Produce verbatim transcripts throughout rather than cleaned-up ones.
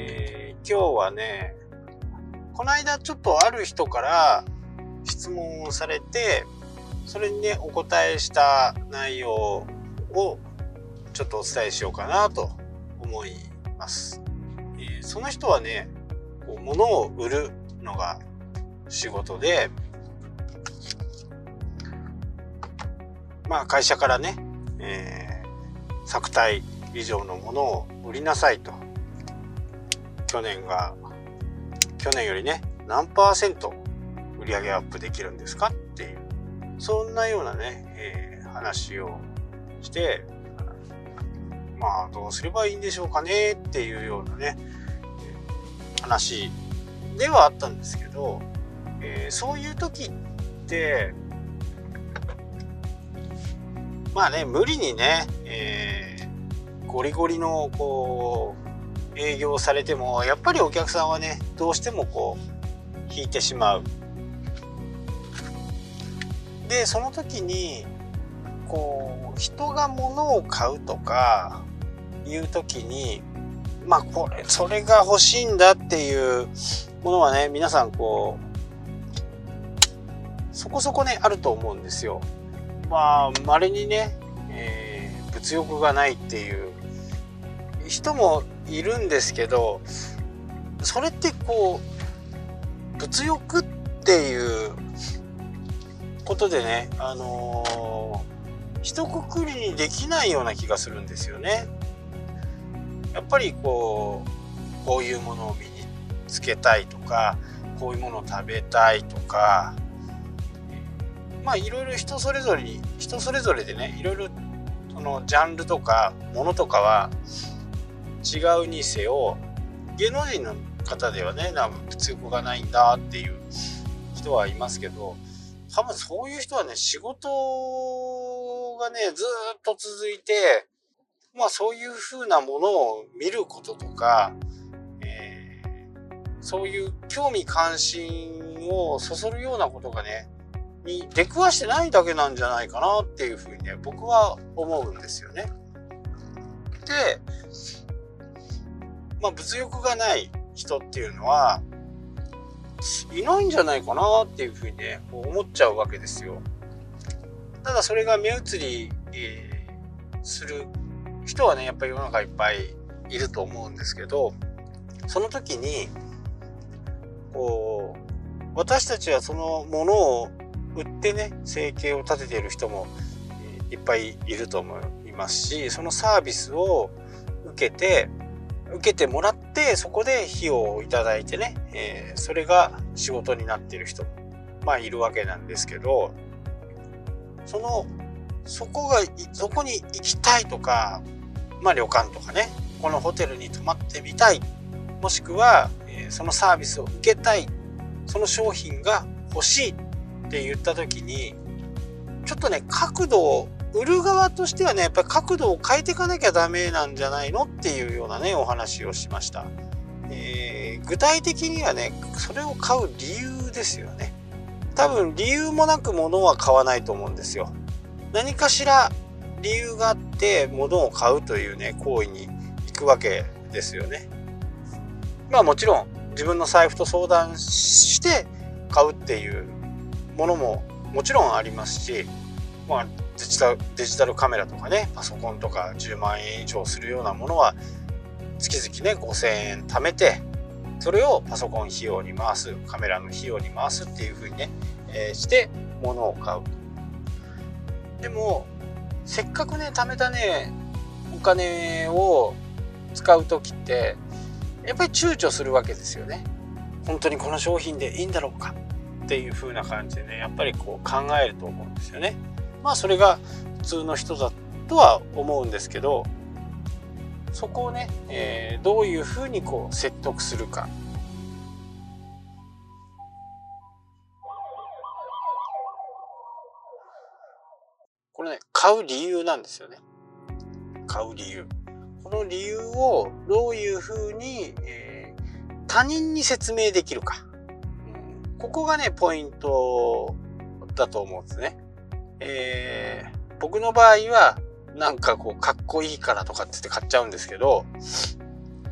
えー、今日はね、この間ちょっとある人から質問をされて、それにねお答えした内容をちょっとお伝えしようかなと思います。えー、その人はね、こう物を売るのが仕事で、まあ会社からね、えー、作体以上のものを売りなさいと。去年が去年よりね何パーセント売上アップできるんですかっていう、そんなようなね、えー、話をして、まあどうすればいいんでしょうかねっていうようなね、えー、話ではあったんですけど、えー、そういう時ってまあね、無理にね、えー、ゴリゴリのこう営業されてもやっぱりお客さんはねどうしてもこう引いてしまう。でその時にこう人が物を買うとかいう時に、まあこれそれが欲しいんだっていうものはね、皆さんこうそこそこねあると思うんですよ。まあ稀にね、えー、物欲がないっていう人もいるんですけど、それってこう物欲っていうことでね、あのー、一括りにできないような気がするんですよね。やっぱりこうこういうものを身につけたいとか、こういうものを食べたいとか、まあいろいろ人それぞれに人それぞれでね、いろいろそのジャンルとかものとかは違うにせよ、芸能人の方ではねなんか物欲がないんだっていう人はいますけど、多分そういう人はね仕事がねずっと続いて、まあそういう風なものを見ることとか、えー、そういう興味関心をそそるようなことがねに出くわしてないだけなんじゃないかなっていう風にね僕は思うんですよね。で、まあ物欲がない人っていうのはいないんじゃないかなっていう風にね思っちゃうわけですよ。ただそれが目移り、えー、する人はねやっぱり世の中いっぱいいると思うんですけど、その時にこう私たちはそのものを売ってね生計を立てている人もいっぱいいると思いますし、そのサービスを受けて受けてもらってそこで費用をいただいてね、えー、それが仕事になっている人もまあいるわけなんですけど、そのそこがそこに行きたいとか、まあ旅館とかね、このホテルに泊まってみたい、もしくは、えー、そのサービスを受けたい、その商品が欲しいって言った時にちょっとね角度を売る側としてはねやっぱり角度を変えていかなきゃダメなんじゃないのっていうようなねお話をしました。えー、具体的にはねそれを買う理由ですよね。多分理由もなく物は買わないと思うんですよ。何かしら理由があって物を買うというね行為に行くわけですよね。まあもちろん自分の財布と相談して買うっていうものももちろんありますし、まあデジタル、デジタルカメラとかねパソコンとかじゅうまんえん以上するようなものは月々ねごせんえん貯めて、それをパソコン費用に回す、カメラの費用に回すっていう風にね、えー、して物を買う。でもせっかくね貯めたねお金を使う時ってやっぱり躊躇するわけですよね。本当にこの商品でいいんだろうかっていう風な感じでねやっぱりこう考えると思うんですよね。まあそれが普通の人だとは思うんですけど、そこをね、えー、どういう風にこう説得するか。これね買う理由なんですよね。買う理由。この理由をどういう風に、えー、他人に説明できるか。うん、ここがねポイントだと思うんですね。えー、僕の場合はなんかこうかっこいいからとかって言って買っちゃうんですけど、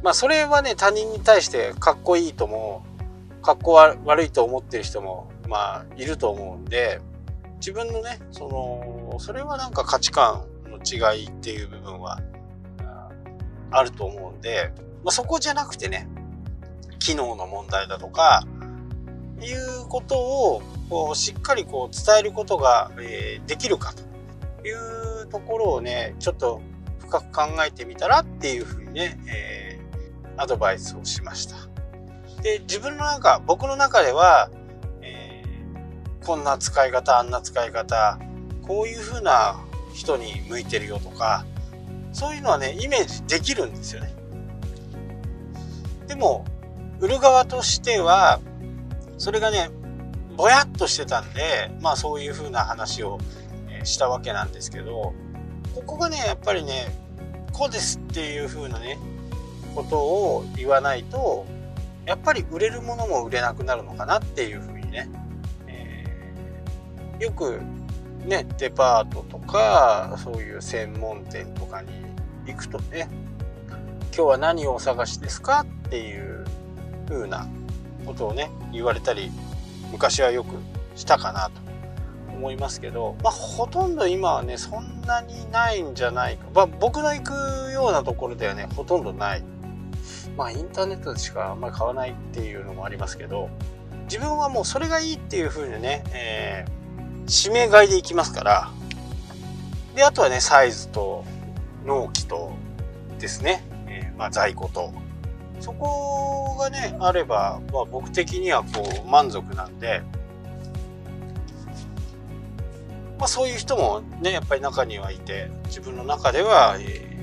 まあそれはね、他人に対してかっこいいともかっこ悪いと思ってる人もまあいると思うんで、自分のね、そのそれはなんか価値観の違いっていう部分はあると思うんで、まあ、そこじゃなくてね、機能の問題だとかいうことをこうしっかりこう伝えることが、えー、できるかというところをね、ちょっと深く考えてみたらっていうふうにね、えー、アドバイスをしました。で、自分の中、僕の中では、えー、こんな使い方、あんな使い方、こういうふうな人に向いてるよとか、そういうのはね、イメージできるんですよね。でも、売る側としては、それがね、ぼやっとしてたんで、まあそういう風な話をしたわけなんですけど、ここがね、やっぱりね、こうですっていう風なね、ことを言わないと、やっぱり売れるものも売れなくなるのかなっていう風にね、えー、よくね、デパートとか、そういう専門店とかに行くとね、今日は何をお探しですかっていう風なことをね、言われたり、昔はよくしたかなと思いますけど、まあほとんど今はね、そんなにないんじゃないか。まあ僕の行くようなところではね、ほとんどない。まあインターネットでしかあんまり買わないっていうのもありますけど、自分はもうそれがいいっていう風にね、えー、指名買いで行きますから、で、あとはね、サイズと納期とですね、えー、まあ在庫と、そこがね、あれば、まあ、僕的にはこう満足なんで、まあそういう人もね、やっぱり中にはいて、自分の中では、え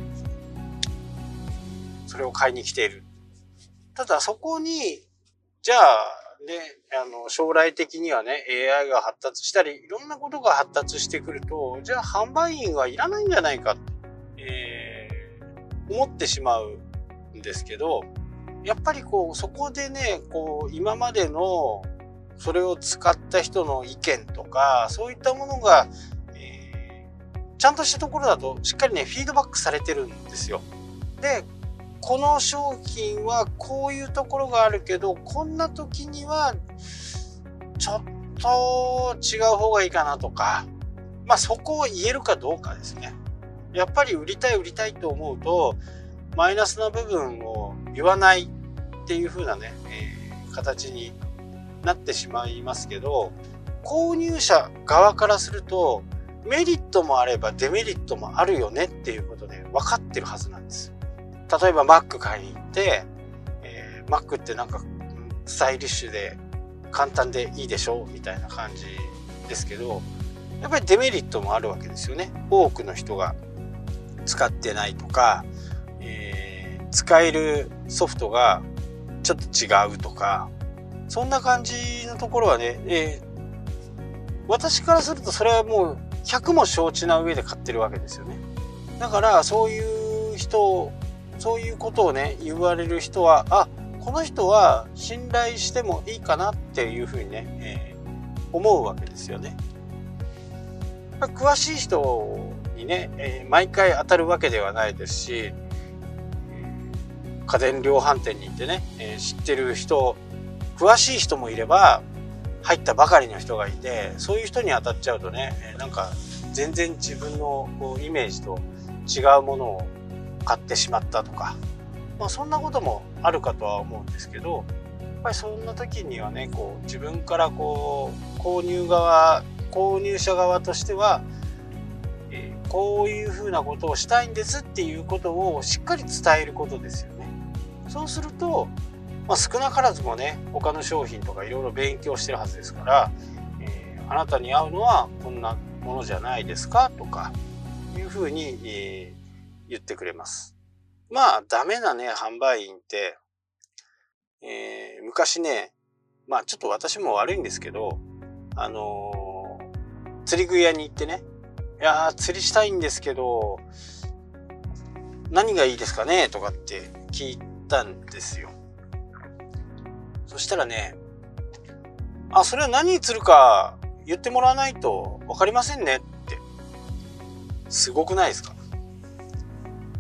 ー、それを買いに来ている。ただそこに、じゃあね、あの、将来的にはね、エーアイ が発達したり、いろんなことが発達してくると、じゃあ販売員はいらないんじゃないか、えー、思ってしまうんですけど、やっぱりこうそこでね、こう今までのそれを使った人の意見とかそういったものが、えー、ちゃんとしたところだとしっかりねフィードバックされてるんですよ。で、この商品はこういうところがあるけど、こんな時にはちょっと違う方がいいかなとか、まあそこを言えるかどうかですね。やっぱり売りたい売りたいと思うとマイナスな部分を言わないっていう風なね、えー、形になってしまいますけど、購入者側からするとメリットもあればデメリットもあるよねっていうことで分かってるはずなんです。例えば Mac 買いに行って、えー、Mac ってなんかスタイリッシュで簡単でいいでしょみたいな感じですけど、やっぱりデメリットもあるわけですよね。多くの人が使ってないとか、えー、使えるソフトがちょっと違うとか、そんな感じのところはね、えー、私からするとそれはもうひゃくも承知な上で買ってるわけですよね。だからそういう人、そういうことをね言われる人は、あ、この人は信頼してもいいかなっていうふうにね、えー、思うわけですよね。詳しい人にね、えー、毎回当たるわけではないですし、家電量販店に行ってね、えー、知ってる人、詳しい人もいれば入ったばかりの人がいて、そういう人に当たっちゃうとね、えー、なんか全然自分のこうイメージと違うものを買ってしまったとか、まあ、そんなこともあるかとは思うんですけど、やっぱりそんな時にはね、こう自分からこう購入側購入者側としては、えー、こういうふうなことをしたいんですっていうことをしっかり伝えることですよね。そうすると、まあ、少なからずもね、他の商品とかいろいろ勉強してるはずですから、えー、あなたに合うのはこんなものじゃないですかとかいうふうに、えー、言ってくれます。まあダメなね販売員って、えー、昔ね、まあちょっと私も悪いんですけど、あのー、釣り具屋に行ってね、いやー釣りしたいんですけど何がいいですかねとかって聞いたんですよ。そしたらね、あ、それは何に釣るか言ってもらわないと分かりませんねって。すごくないですか？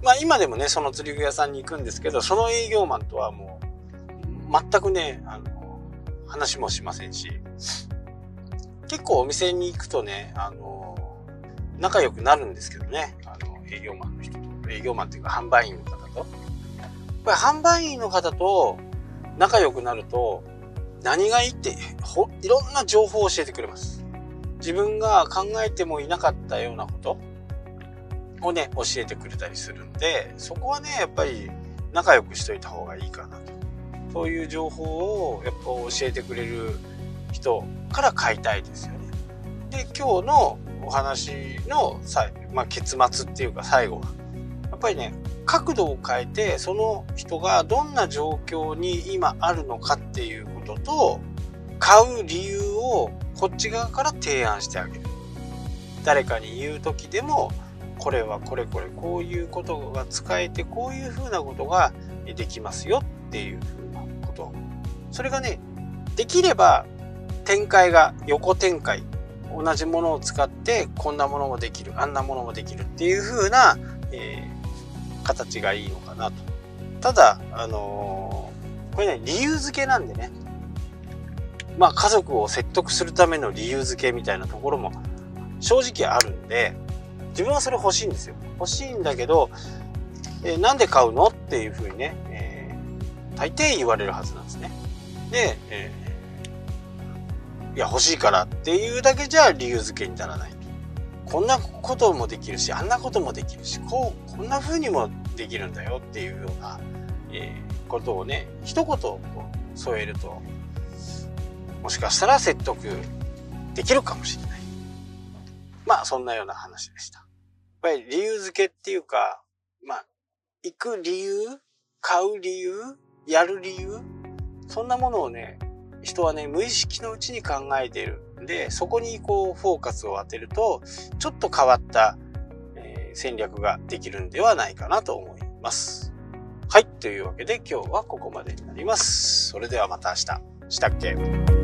まあ今でもね、その釣り具屋さんに行くんですけど、その営業マンとはもう、全くね、あの、話もしませんし、結構お店に行くとね、あの、仲良くなるんですけどね、あの、営業マンの人と、営業マンっていうか販売員の方と。やっぱり販売員の方と仲良くなると、何がいいってほいろんな情報を教えてくれます。自分が考えてもいなかったようなことをね教えてくれたりするんで、そこはねやっぱり仲良くしといた方がいいかなと。そういう情報をやっぱ教えてくれる人から買いたいですよね。で今日のお話のさ、まあ、結末っていうか最後はやっぱりね角度を変えてその人がどんな状況に今あるのかっていうことと買う理由をこっち側から提案してあげる。誰かに言う時でもこれはこれこれこういうことが使えてこういうふうなことができますよっていうふうなこと。それがねできれば展開が横展開、同じものを使ってこんなものもできるあんなものもできるっていうふうな、えー、形がいいのかなと。ただあのー、これね理由付けなんでね、まあ家族を説得するための理由付けみたいなところも正直あるんで、自分はそれ欲しいんですよ。欲しいんだけど、えー、なんで買うのっていうふうにね、えー、大抵言われるはずなんですね。で、えー、いや欲しいからっていうだけじゃ理由付けにならない。こんなこともできるし、あんなこともできるし、こうこんなふうにもできるんだよっていうような、えー、ことをね一言添えると、もしかしたら説得できるかもしれない。まあそんなような話でした。やっぱり理由付けっていうか、まあ行く理由、買う理由、やる理由、そんなものをね人はね無意識のうちに考えているんで、そこにこうフォーカスを当てるとちょっと変わった、えー、戦略ができるんではないかなと思います。はい、というわけで今日はここまでになります。それではまた明日。したっけ？